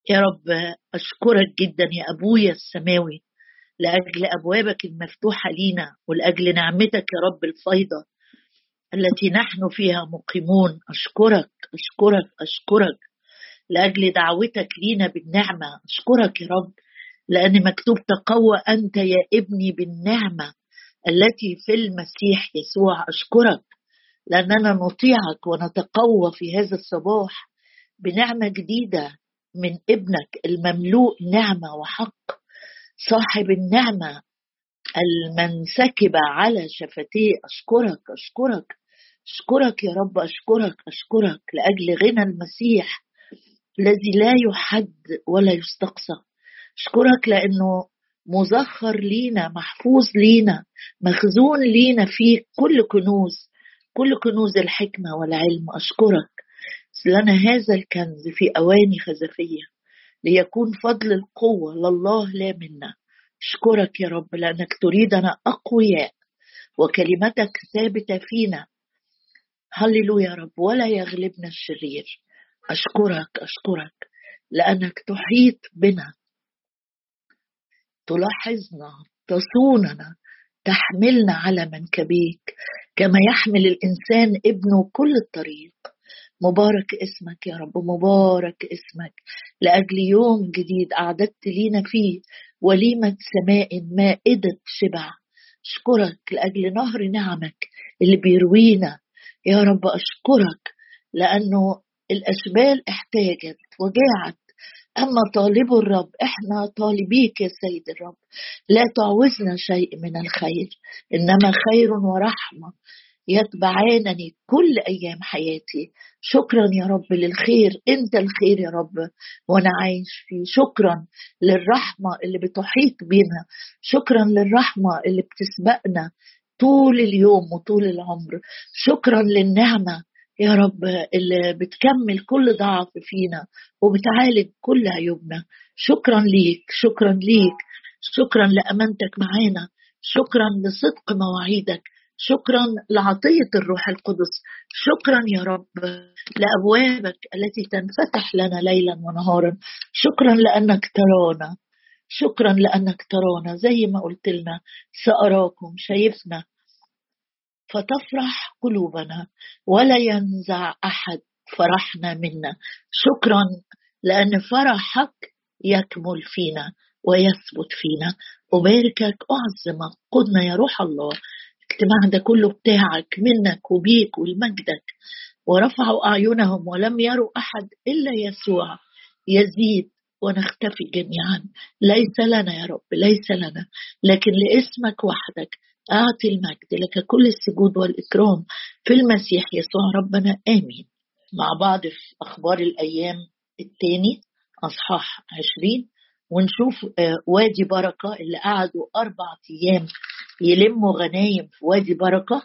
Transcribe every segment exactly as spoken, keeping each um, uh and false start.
يا رب، أشكرك جدا يا أبويا السماوي لأجل أبوابك المفتوحة لينا ولأجل نعمتك يا رب الفيضة التي نحن فيها مقيمون. أشكرك أشكرك أشكرك لأجل دعوتك لينا بالنعمة. أشكرك يا رب لأن مكتوب تقوى أنت يا ابني بالنعمة التي في المسيح يسوع. أشكرك لأننا نطيعك ونتقوى في هذا الصباح بنعمة جديدة من ابنك المملوء نعمة وحق، صاحب النعمة المنسكبة على شفتيه. أشكرك أشكرك أشكرك يا رب، أشكرك أشكرك لأجل غنى المسيح الذي لا يحد ولا يستقصى. أشكرك لأنه مزخر لينا، محفوظ لينا، مخزون لينا فيه كل كنوز، كل كنوز الحكمة والعلم. أشكرك لنا هذا الكنز في أواني خزفية ليكون فضل القوة لله لا منا. أشكرك يا رب لأنك تريدنا أقوياء وكلمتك ثابتة فينا. هللويا يا رب، ولا يغلبنا الشرير. أشكرك أشكرك لأنك تحيط بنا، تلاحظنا، تصوننا، تحملنا على منكبيك كما يحمل الإنسان ابنه كل الطريق. مبارك اسمك يا رب، مبارك اسمك لأجل يوم جديد أعددت لينا فيه وليمة سماء مائدة شبع. أشكرك لأجل نهر نعمك اللي بيروينا يا رب. أشكرك لأنه الأشبال احتاجت وجاعت، أما طالب الرب إحنا طالبيك يا سيد الرب. لا تعوزنا شيء من الخير، إنما خير ورحمة يتبعانني كل أيام حياتي. شكرا يا رب للخير، أنت الخير يا رب وأنا عايش فيه. شكرا للرحمة اللي بتحيط بنا، شكرا للرحمة اللي بتسبقنا طول اليوم وطول العمر. شكرا للنعمة يا رب اللي بتكمل كل ضعف فينا وبتعالج كل عيوبنا. شكرا ليك، شكرا ليك، شكرا لأمانتك معانا، شكرا لصدق مواعيدك، شكرا لعطية الروح القدس. شكرا يا رب لأبوابك التي تنفتح لنا ليلا ونهارا. شكرا لأنك ترانا، شكرا لأنك ترانا زي ما قلت لنا سأراكم، شايفنا فتفرح قلوبنا ولا ينزع أحد فرحنا منا. شكرا لأن فرحك يكمل فينا ويثبت فينا. أباركك أعظمك، قدنا يا روح الله اجتماع ده كله بتاعك منك وبيك والمجدك. ورفعوا أعينهم ولم يروا أحد إلا يسوع يزيد ونختفي جميعا. ليس لنا يا رب، ليس لنا، لكن لاسمك وحدك أعطي المجد. لك كل السجود والإكرام في المسيح يسوع ربنا، آمين. مع بعض في أخبار الأيام الثاني أصحاح عشرين، ونشوف وادي بركة اللي قعدوا أربع أيام يلموا غنايم في وادي بركة.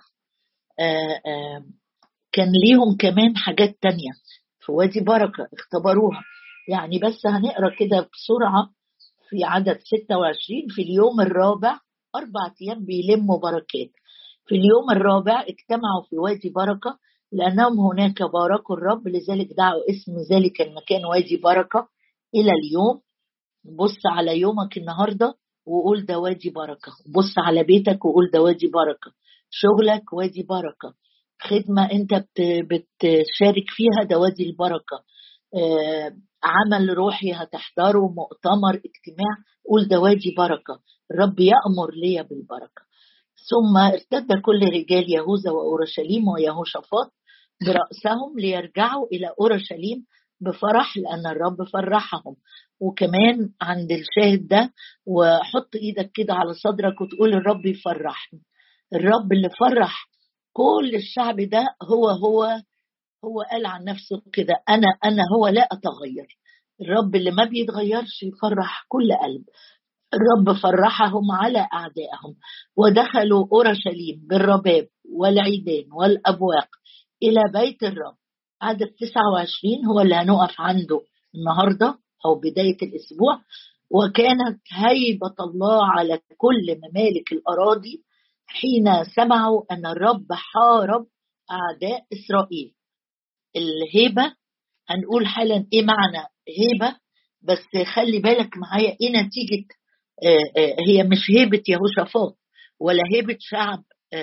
كان ليهم كمان حاجات تانية في وادي بركة اختبروها. يعني بس هنقرأ كده بسرعة في عدد ستة وعشرين. في اليوم الرابع، أربع أيام بيلموا بركات. في اليوم الرابع اجتمعوا في وادي بركة لأنهم هناك باركوا الرب، لذلك دعوا اسم ذلك المكان وادي بركة إلى اليوم. بص على يومك النهاردة وقول ده وادي بركة. بص على بيتك وقول ده وادي بركة. شغلك وادي بركة، خدمة انت بتشارك فيها ده وادي البركة، آه، عمل روحي هتحضره، مؤتمر، اجتماع، قول ده وادي بركة. الرب يأمر لي بالبركة. ثم ارتد كل رجال يهوذا وأورشليم ويهوشافاط برأسهم ليرجعوا إلى أورشليم بفرح لأن الرب فرحهم. وكمان عند الشاهد ده وحط إيدك كده على صدرك وتقول الرب يفرحني. الرب اللي فرح كل الشعب ده هو هو هو قال عن نفسه كده، أنا أنا هو لا أتغير. الرب اللي ما بيتغيرش يفرح كل قلب. الرب فرحهم على أعدائهم ودخلوا أورشليم بالرباب والعيدان والأبواق إلى بيت الرب. عدد تسعة وعشرين هو اللي هنقف عنده النهاردة أو بداية الأسبوع. وكانت هيبة الله على كل ممالك الأراضي حين سمعوا أن الرب حارب أعداء إسرائيل. الهيبة هنقول حالا إيه معنى هيبة. بس خلي بالك معايا ايه نتيجة. هي مش هيبة يهوشافاط ولا هيبة شعب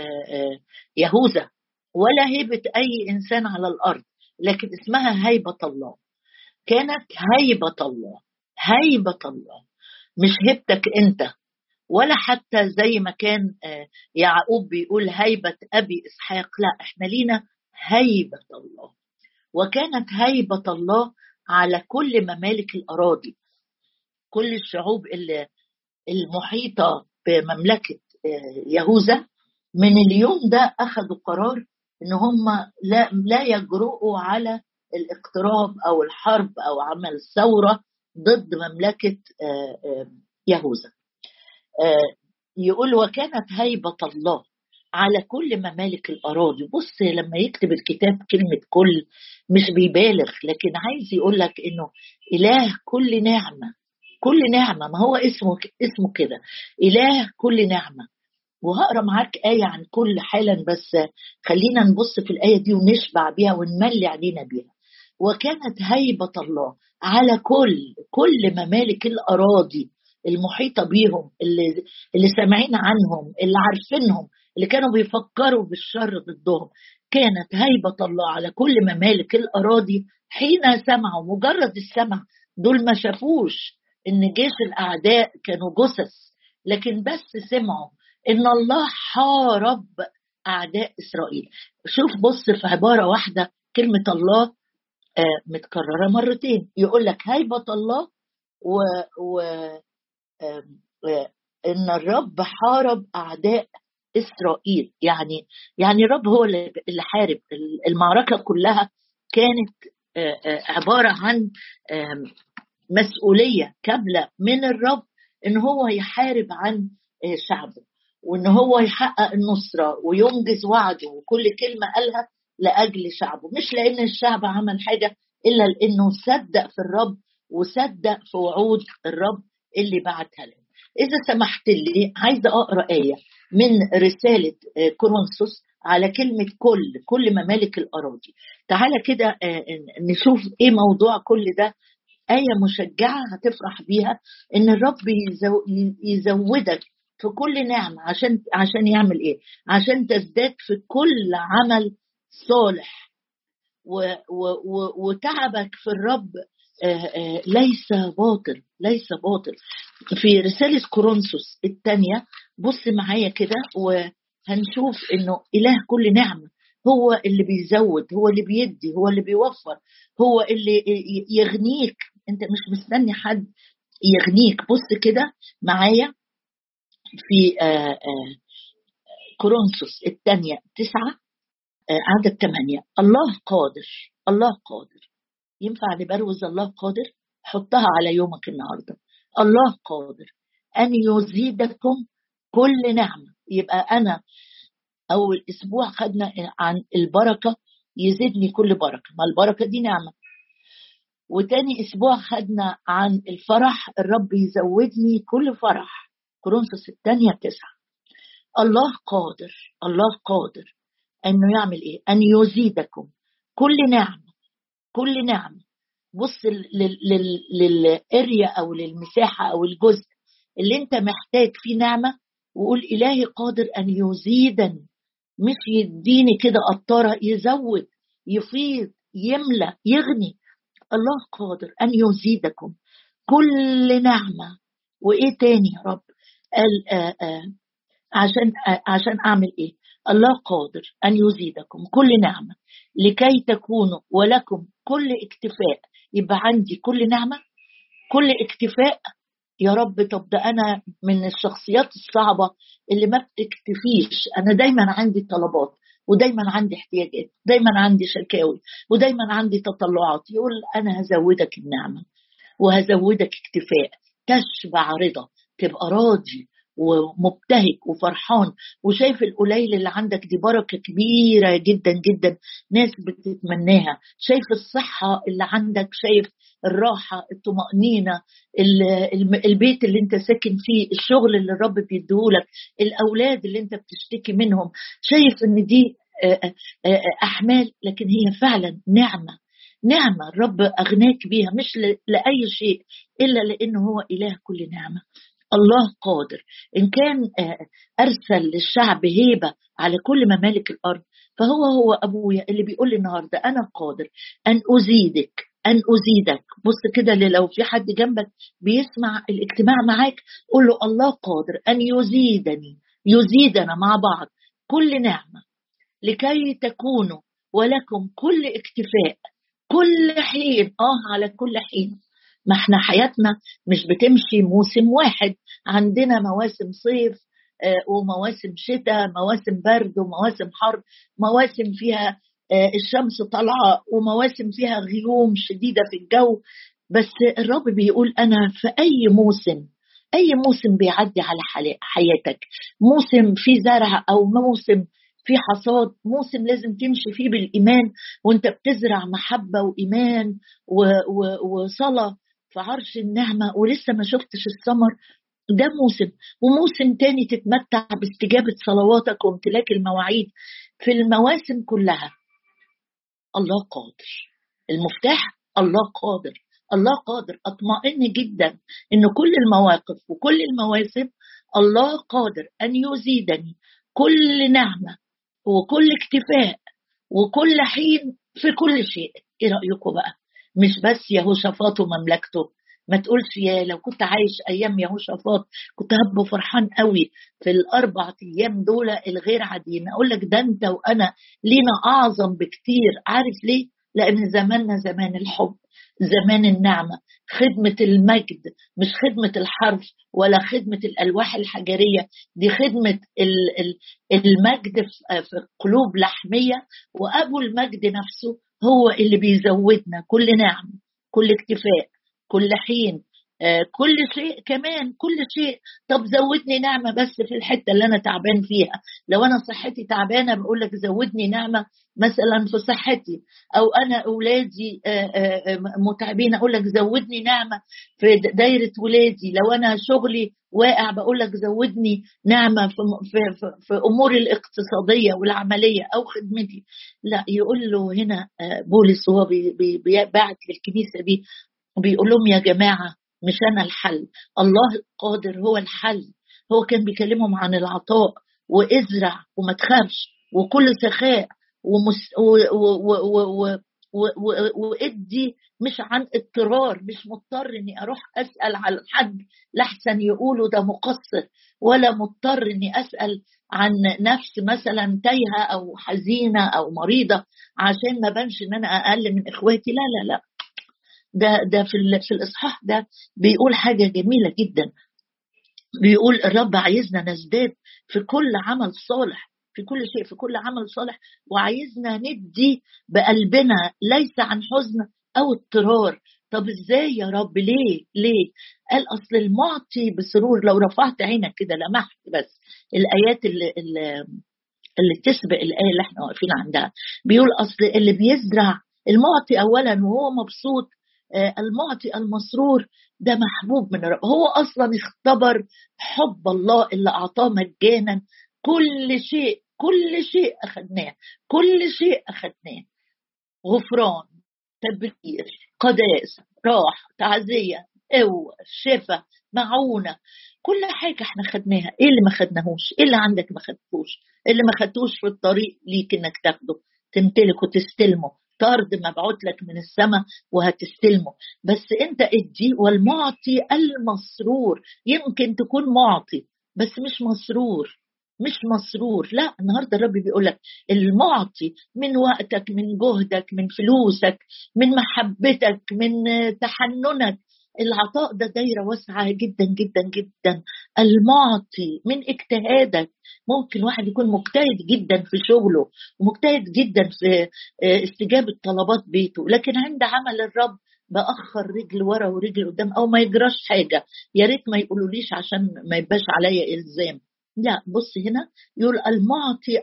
يهوذا ولا هيبة أي إنسان على الأرض، لكن اسمها هيبة الله. كانت هيبة الله، هيبة الله، مش هيبتك أنت، ولا حتى زي ما كان يعقوب بيقول هيبة أبي إسحاق. لا، إحنا لينا هيبة الله. وكانت هيبة الله على كل ممالك الأراضي، كل الشعوب اللي المحيطة بمملكة يهوذا من اليوم ده أخذوا قرار إن هم لا, لا يجرؤوا على الاقتراب أو الحرب أو عمل ثورة ضد مملكة يهوذا. يقول وكانت هيبة الله على كل ممالك الأراضي. بص لما يكتب الكتاب كلمة كل مش بيبالغ، لكن عايز يقول لك إنه إله كل نعمة، كل نعمة، ما هو اسمه اسمه كده، إله كل نعمة. وهقرأ معاك آية عن كل حالا، بس خلينا نبص في الآية دي ونشبع بيها ونملي علينا بيها. وكانت هيبة الله على كل كل ممالك الأراضي المحيطة بيهم، اللي, اللي سامعين عنهم، اللي عارفينهم، اللي كانوا بيفكروا بالشر ضدهم. كانت هيبة الله على كل ممالك الأراضي حين سمعوا. مجرد السمع، دول ما شافوش إن جيش الأعداء كانوا جثث، لكن بس سمعوا إن الله حارب أعداء إسرائيل. شوف بص في عبارة واحدة كلمة الله آه متكررة مرتين. يقول لك هيبة الله و, و آه آه إن الرب حارب أعداء إسرائيل. يعني يعني الرب هو اللي حارب. المعركة كلها كانت آه آه عبارة عن آه مسؤولية كاملة من الرب إن هو يحارب عن آه شعبه، وإن هو يحقق النصرة وينجز وعده وكل كلمة قالها لأجل شعبه، مش لأن الشعب عمل حاجة إلا لأنه صدق في الرب وصدق في وعود الرب اللي بعتها له. إذا سمحت لي عايزة أقرأ آية من رسالة كورنثوس على كلمة كل كل ممالك الأراضي. تعالى كده نشوف إيه موضوع كل ده. آية مشجعة هتفرح بيها إن الرب يزودك في كل نعمة. عشان عشان يعمل إيه؟ عشان تزداد في كل عمل صالح، و و و وتعبك في الرب آآ آآ ليس باطل، ليس باطل. في رسالة كورنثوس الثانية بص معايا كده وهنشوف إنه إله كل نعمة هو اللي بيزود، هو اللي بيدي، هو اللي بيوفر، هو اللي يغنيك. أنت مش مستني حد يغنيك. بص كده معايا في آآ آآ كورنثوس الثانية تسعة عدد ثمانية. الله قادر، الله قادر. ينفع نبروز الله قادر؟ حطها على يومك النهاردة. الله قادر أن يزيدكم كل نعمة. يبقى أنا أول أسبوع خدنا عن البركة، يزيدني كل بركة، ما البركة دي نعمة. وتاني أسبوع خدنا عن الفرح، الرب يزودني كل فرح، كورنثوس الثانية تسعة. الله قادر، الله قادر أنه يعمل إيه؟ أن يزيدكم كل نعمة، كل نعمة. بص للاريا أو للمساحة أو الجزء اللي أنت محتاج فيه نعمة، وقول إلهي قادر أن يزيدني، مش يديني كده قطارة، يزود، يفيض، يملى، يغني. الله قادر أن يزيدكم كل نعمة. وإيه تاني يا رب؟ قال آآ آآ عشان آآ عشان أعمل إيه؟ الله قادر أن يزيدكم كل نعمة لكي تكونوا ولكم كل اكتفاء. يبقى عندي كل نعمة، كل اكتفاء. يا رب طب ده أنا من الشخصيات الصعبة اللي ما بتكتفيش، أنا دايما عندي طلبات ودايما عندي احتياجات، دايما عندي شكاوي ودايما عندي تطلعات. يقول أنا هزودك النعمة وهزودك اكتفاء، تشبع رضا، تبقى راضي ومبتهج وفرحان وشايف القليل اللي عندك دي بركة كبيرة جدا جدا ناس بتتمناها. شايف الصحة اللي عندك، شايف الراحة، الطمأنينة، البيت اللي انت ساكن فيه، الشغل اللي الرب بيديهولك، الأولاد اللي انت بتشتكي منهم. شايف ان دي أحمال، لكن هي فعلا نعمة. نعمة الرب أغناك بيها، مش لأي شيء إلا لأنه هو إله كل نعمة. الله قادر. إن كان أرسل للشعب هيبة على كل ممالك الأرض، فهو هو أبويا اللي بيقول لي النهاردة أنا قادر أن أزيدك أن أزيدك. بص كده، لو في حد جنبك بيسمع الاجتماع معاك قول له الله قادر أن يزيدني، يزيدنا مع بعض كل نعمة، لكي تكونوا ولكم كل اكتفاء كل حين. آه على كل حين. ما احنا حياتنا مش بتمشي موسم واحد، عندنا مواسم صيف آه ومواسم شتاء، مواسم برد ومواسم حر، مواسم فيها آه الشمس طالعة ومواسم فيها غيوم شديدة في الجو. بس الرب بيقول أنا في أي موسم، أي موسم بيعدي على حياتك، موسم في زرع أو موسم في حصاد، موسم لازم تمشي فيه بالإيمان وانت بتزرع محبة وإيمان وصلاة في عرش النعمة ولسه ما شفتش الثمر، ده موسم. وموسم تاني تتمتع باستجابة صلواتك وامتلاك المواعيد. في المواسم كلها الله قادر. المفتاح الله قادر. الله قادر. أطمئن جدا إن كل المواقف وكل المواسم الله قادر أن يزيدني كل نعمة وكل اكتفاء وكل حين في كل شيء. ايه رأيكم بقى؟ مش بس يهوشافاط ومملكته. ما تقولش يا لو كنت عايش ايام يهوشافاط كنت هبقى فرحان قوي في الاربع ايام دول الغير عاديين. اقول لك ده انت وانا لينا اعظم بكتير. عارف ليه؟ لان زماننا زمان الحب، زمان النعمة، خدمة المجد، مش خدمة الحرف ولا خدمة الألواح الحجرية، دي خدمة المجد في قلوب لحمية. وأبو المجد نفسه هو اللي بيزودنا كل نعم كل اكتفاء كل حين كل شيء كمان كل شيء. طب زودني نعمة بس في الحتة اللي أنا تعبان فيها. لو أنا صحتي تعبانة بقول لك زودني نعمة مثلا في صحتي، أو أنا أولادي متعبين أقول لك زودني نعمة في دايرة ولادي. لو أنا شغلي واقع بقول لك زودني نعمة في, في, في, في أمور الاقتصادية والعملية أو خدمتي. لا، يقول له هنا بولس وهو بيبعت للكنيسة دي بيقول لهم يا جماعة مش أنا الحل، الله القادر هو الحل. هو كان بيكلمهم عن العطاء وازرع وما تخافش وكل سخاء ومس... و... و... و... و... وادي، مش عن اضطرار. مش مضطر اني اروح اسال على حد لحسن يقولوا ده مقصر، ولا مضطر اني اسال عن نفس مثلا تايهه او حزينه او مريضه عشان ما بنش ان انا اقل من اخواتي. لا لا لا، ده ده في في الاصحاح ده بيقول حاجه جميله جدا. بيقول الرب عايزنا نزداد في كل عمل صالح، في كل شيء، في كل عمل صالح، وعايزنا ندي بقلبنا ليس عن حزن أو اضطرار. طب ازاي يا رب؟ ليه ليه؟ قال أصل المعطي بسرور. لو رفعت عينك كده لمحت بس الآيات اللي, اللي, اللي تسبق الآية اللي احنا واقفين عندها، بيقول أصل اللي بيزرع المعطي أولا وهو مبسوط، المعطي المسرور ده محبوب من الرب. هو أصلا اختبر حب الله اللي أعطاه مجانا كل شيء. كل شيء أخذناه، كل شيء أخذناه، غفران، تبرير، قداسة، راحة، تعزية، قوة، شفاء، معونة، كل حاجة احنا خدناها. ايه اللي ما خدناهوش؟ ايه اللي عندك ما خدتوش؟ اللي ما خدتوش في الطريق ليك انك تاخده تمتلك وتستلمه. طرد مبعوث لك من السماء وهتستلمه. بس انت ادي. والمعطي المسرور. يمكن تكون معطي بس مش مسرور، مش مسرور. لا، النهارده الرب بيقول لك المعطي من وقتك، من جهدك، من فلوسك، من محبتك، من تحننك. العطاء ده دايره واسعه جدا جدا جدا. المعطي من اجتهادك. ممكن واحد يكون مجتهد جدا في شغله ومجتهد جدا في استجابه طلبات بيته، لكن عند عمل الرب بأخر رجل ورا ورجل قدام، او ما يجراش حاجه. يا ريت ما يقولوليش عشان ما يبقاش عليا الزام. لا، بص هنا يقول المعطي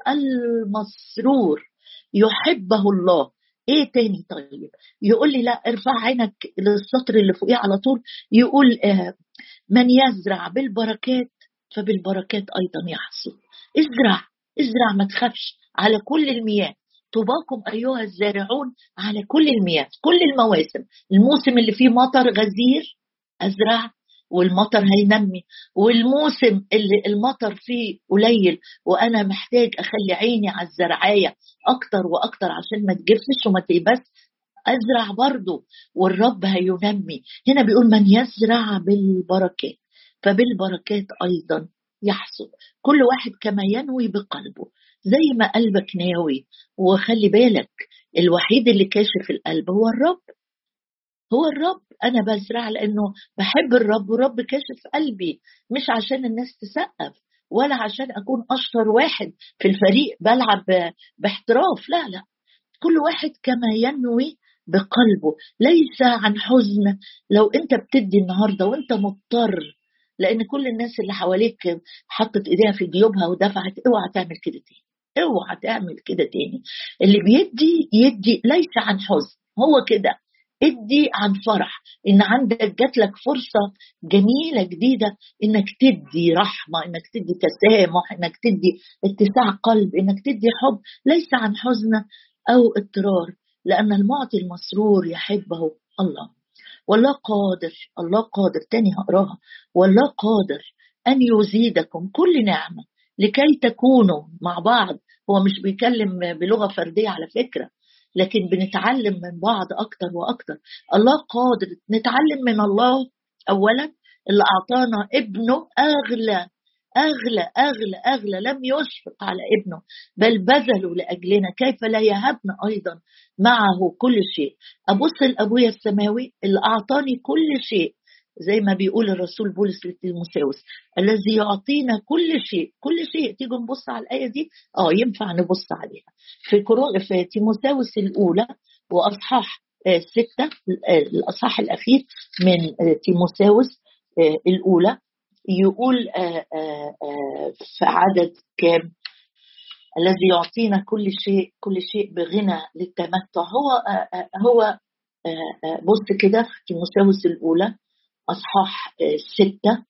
المسرور يحبه الله. ايه تاني؟ طيب يقول لي لا، ارفع عينك للسطر اللي فوقيه على طول. يقول آه من يزرع بالبركات فبالبركات ايضا يحصد. ازرع ازرع، ما تخافش على كل المياه. طوباكم أيها الزارعون على كل المياه، كل المواسم. الموسم اللي فيه مطر غزير أزرع والمطر هينمي، والموسم اللي المطر فيه قليل وأنا محتاج أخلي عيني على الزرعاية أكتر وأكتر عشان ما تجفش وما تيبس، أزرع برضو والرب هينمي. هنا بيقول من يزرع بالبركات فبالبركات أيضا يحصد، كل واحد كما ينوي بقلبه زي ما قلبك ناوي. وخلي بالك الوحيد اللي كاشف القلب هو الرب، هو الرب. أنا بزرع لأنه بحب الرب ورب كاشف قلبي، مش عشان الناس تسقف ولا عشان أكون أشطر واحد في الفريق بلعب باحتراف، لا لا، كل واحد كما ينوي بقلبه، ليس عن حزن. لو انت بتدي النهاردة وانت مضطر، لان كل الناس اللي حواليك حطت ايديها في جيوبها ودفعت، اوعى تعمل كده تاني، اوعى تعمل كده تاني. اللي بيدي يدي ليس عن حزن، هو كده ادي عن فرح ان عندك جات لك فرصة جميلة جديدة انك تدي رحمة، انك تدي تسامح، انك تدي اتساع قلب، انك تدي حب، ليس عن حزن أو اضطرار، لأن المعطي المسرور يحبه الله. والله قادر، الله قادر، تاني هقراها، والله قادر أن يزيدكم كل نعمة لكي تكونوا مع بعض. هو مش بيكلم بلغة فردية على فكرة، لكن بنتعلم من بعض أكتر وأكتر. الله قادر نتعلم من الله أولا اللي أعطانا ابنه أغلى أغلى أغلى أغلى، لم يشفق على ابنه بل بذله لأجلنا، كيف لا يهبنا أيضا معه كل شيء. أبص لأبويا السماوي اللي أعطاني كل شيء، زي ما بيقول الرسول بولس لتيموثاوس الذي يعطينا كل شيء. كل شيء تيجوا نبص على الآية دي، آه ينفع نبص عليها في كورو في تيموثاوس الأولى وأصحاح آه ستة، آه الأصحاح الأخير من آه تيموثاوس آه الأولى، يقول آآ آآ في عدد كام، الذي يعطينا كل شيء كل شيء بغنى للتمتع. هو آآ هو آآ بص كده في تيموثاوس الأولى أصحاح ستة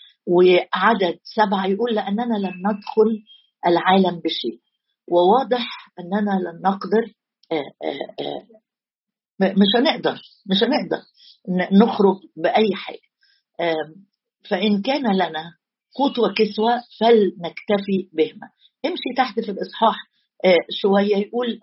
وعدد سبعة، يقول لأننا لن ندخل العالم بشيء، وواضح أننا لن نقدر آآ آآ مش هنقدر مش هنقدر نخرج بأي حاجة. فإن كان لنا قوت وكسوة فلنكتفي بهما. امشي تحت في الإصحاح شوية، يقول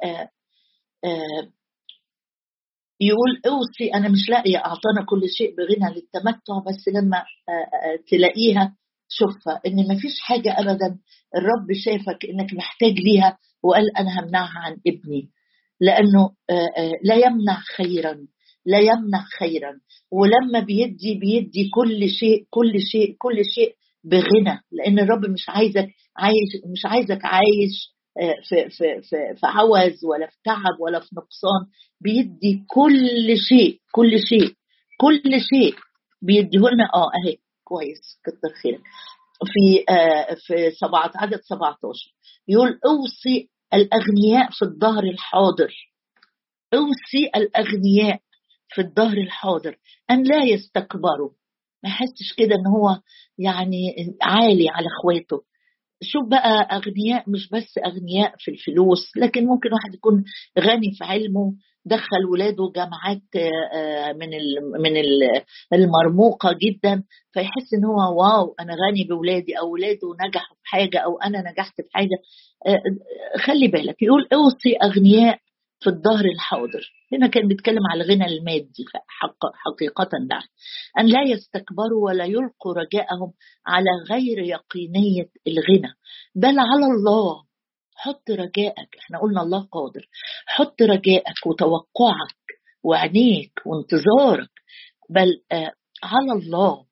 يقول اوصي، أنا مش لاقية أعطانا كل شيء بغنى للتمتع، بس لما تلاقيها شوفها إن مفيش حاجة أبدا الرب شايفك إنك محتاج ليها وقال أنا همنعها عن ابني، لأنه لا يمنع خيرا، لا يمنع خيرا. ولما بيدي بيدي كل شيء كل شيء كل شيء بغنى، لأن الرب مش عايزك عايش مش عايزك عايش في في في في عوز ولا في تعب ولا في نقصان. بيدي كل شيء كل شيء كل شيء بيديه لنا. اه اهي كويس، كتر خيرك. في آه في سبعة عدد سبعتاشر يقول اوصي الأغنياء في الظهر الحاضر، اوصي الأغنياء في الظهر الحاضر أن لا يستكبروا. ما يحسش كده ان هو يعني عالي على اخواته. شوف بقى أغنياء مش بس أغنياء في الفلوس، لكن ممكن واحد يكون غني في علمه، دخل ولاده جامعات من من المرموقة جدا، فيحس ان هو واو انا غني بولادي، او ولاده نجحوا في حاجة او انا نجحت في حاجة. خلي بالك، يقول اوصي أغنياء في الظهر الحاضر. هنا كان بيتكلم على الغنى المادي حق حقيقة ده، أن لا يستكبروا ولا يلقوا رجاءهم على غير يقينية الغنى بل على الله. حط رجائك، احنا قلنا الله قادر، حط رجائك وتوقعك وعينيك وانتظارك بل آه على الله.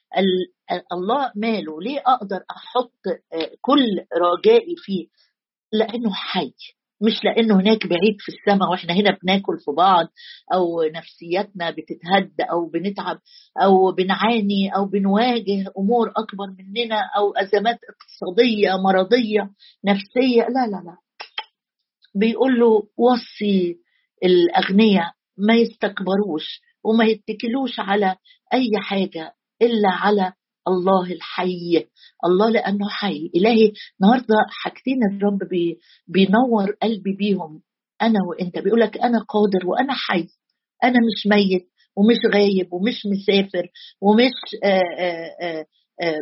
الله ماله، ليه أقدر أحط آه كل رجائي فيه؟ لأنه حي، مش لأنه هناك بعيد في السماء واحنا هنا بناكل في بعض أو نفسياتنا بتتهد أو بنتعب أو بنعاني أو بنواجه أمور أكبر مننا أو أزمات اقتصادية مرضية نفسية. لا لا لا، بيقول له وصي الأغنياء ما يستكبروش وما يتكلوش على أي حاجة إلا على الله الحي. الله لأنه حي إلهي. النهاردة حاجتين الرب بي بينور قلبي بيهم أنا وإنت، بيقولك أنا قادر وأنا حي، أنا مش ميت ومش غايب ومش مسافر ومش آآ آآ آآ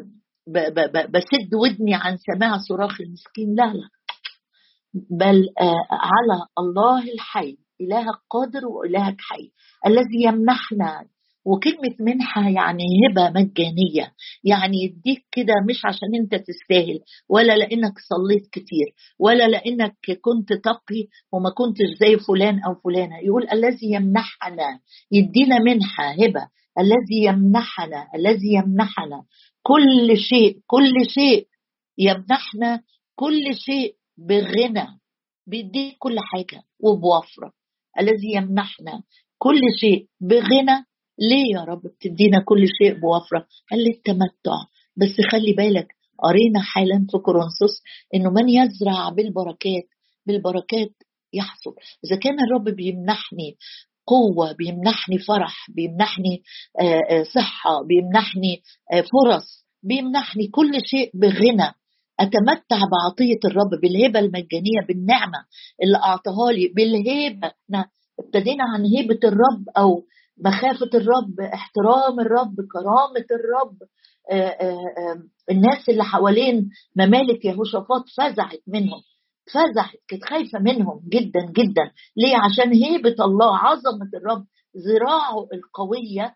بسد ودني عن سماع صراخ المسكين، لا لا، بل على الله الحي، إلهك قادر وإلهك حي الذي يمنحنا. وكلمة منحة يعني هبة مجانية، يعني يديك كده مش عشان انت تستاهل، ولا لانك صليت كتير، ولا لانك كنت تقي وما كنتش زي فلان او فلانة. يقول الذي يمنحنا، يدينا منحة هبة، الذي يمنحنا، الذي يمنحنا كل شيء، كل شيء يمنحنا كل شيء بغنى، بيديك كل حاجة وبوفرة. الذي يمنحنا كل شيء بغنى. ليه يا رب بتدينا كل شيء بوفرة؟ قال لي التمتع. بس خلي بالك، قرينا حالا في كورنثوس انه من يزرع بالبركات بالبركات يحصد. اذا كان الرب بيمنحني قوة، بيمنحني فرح، بيمنحني صحة، بيمنحني فرص، بيمنحني كل شيء بغنى، أتمتع بعطية الرب بالهبة المجانية، بالنعمة اللي أعطاها لي، بالهبة. ابتدينا عن هيبة الرب أو مخافة الرب، احترام الرب، كرامة الرب. آآ آآ الناس اللي حوالين ممالك يهوشافاط فزعت منهم، فزعت، كانت خايفة منهم جدا جدا. ليه؟ عشان هيبة الله، عظمة الرب، ذراعه القوية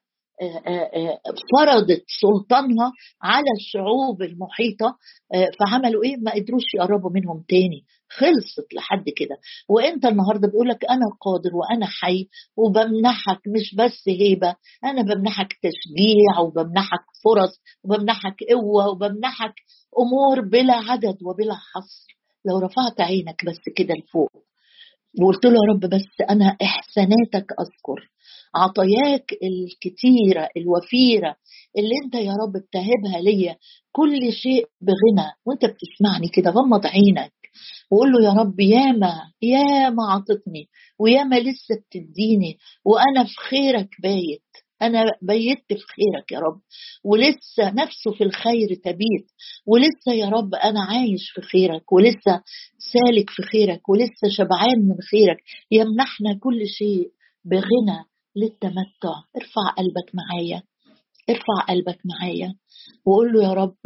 فرضت سلطانها على الشعوب المحيطة. فعملوا ايه؟ ما قدروش يقربوا منهم تاني، خلصت لحد كده. وانت النهاردة بيقولك انا قادر وانا حي، وبمنحك مش بس هيبة، انا بمنحك تشجيع، وبمنحك فرص، وبمنحك قوة، وبمنحك امور بلا عدد وبلا حصر. لو رفعت عينك بس كده لفوق وقلت له يا رب بس أنا إحساناتك أذكر، عطاياك الكتيرة الوفيرة اللي أنت يا رب بتهبها ليا، كل شيء بغنى. وأنت بتسمعني كده غمض عينك وقول له يا رب ياما ياما عطتني، وياما لسه بتديني، وأنا في خيرك بايت، أنا بيت في خيرك يا رب، ولسه نفسه في الخير تبيت، ولسه يا رب أنا عايش في خيرك، ولسه سالك في خيرك، ولسه شبعان من خيرك. يمنحنا كل شيء بغنى للتمتع. ارفع قلبك معايا، ارفع قلبك معايا وقول له يا رب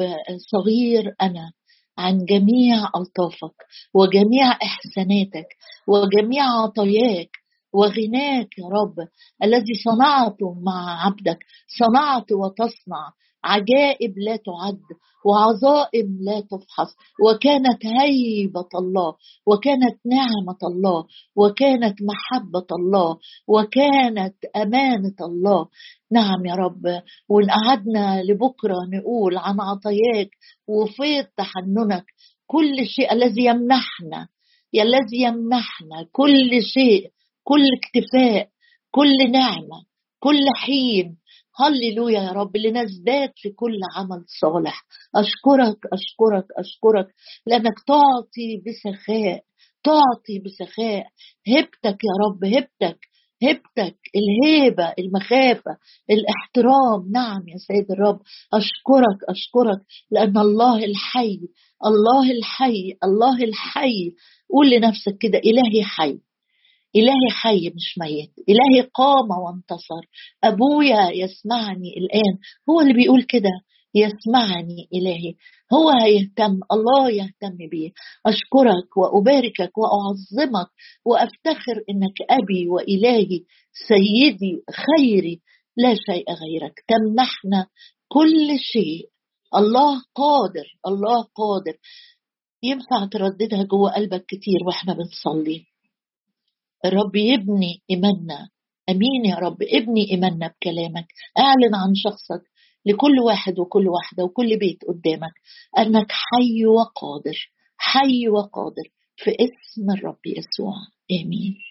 صغير أنا عن جميع ألطافك وجميع إحساناتك وجميع عطاياك وغناك يا رب الذي صنعته مع عبدك. صنعت وتصنع عجائب لا تعد وعظائم لا تفحص، وكانت هيبة الله، وكانت نعمة الله، وكانت محبة الله، وكانت أمانة الله. نعم يا رب. وإن قعدنا لبكرة نقول عن عطاياك وفيض تحننك، كل شيء الذي يمنحنا، يا الذي يمنحنا كل شيء، كل اكتفاء، كل نعمة، كل حين. هللويا يا رب، لنزداد في كل عمل صالح. أشكرك أشكرك أشكرك لأنك تعطي بسخاء، تعطي بسخاء. هبتك يا رب، هبتك هبتك الهيبة، المخافة، الاحترام. نعم يا سيد الرب، أشكرك أشكرك لأن الله الحي، الله الحي، الله الحي. قول لنفسك كده إلهي حي، إلهي حي مش ميت، إلهي قام وانتصر. أبويا يسمعني الآن، هو اللي بيقول كده، يسمعني إلهي، هو هيهتم، الله يهتم بيه. أشكرك وأباركك وأعظمك وأفتخر إنك أبي وإلهي سيدي خيري، لا شيء غيرك. تمنحنا كل شيء. الله قادر، الله قادر. ينفع ترددها جوه قلبك كتير وإحنا بنصلي. الرب يبني إيماننا. أمين يا رب، ابني إيماننا بكلامك. أعلن عن شخصك لكل واحد وكل واحدة وكل بيت قدامك أنك حي وقادر، حي وقادر في اسم الرب يسوع. آمين.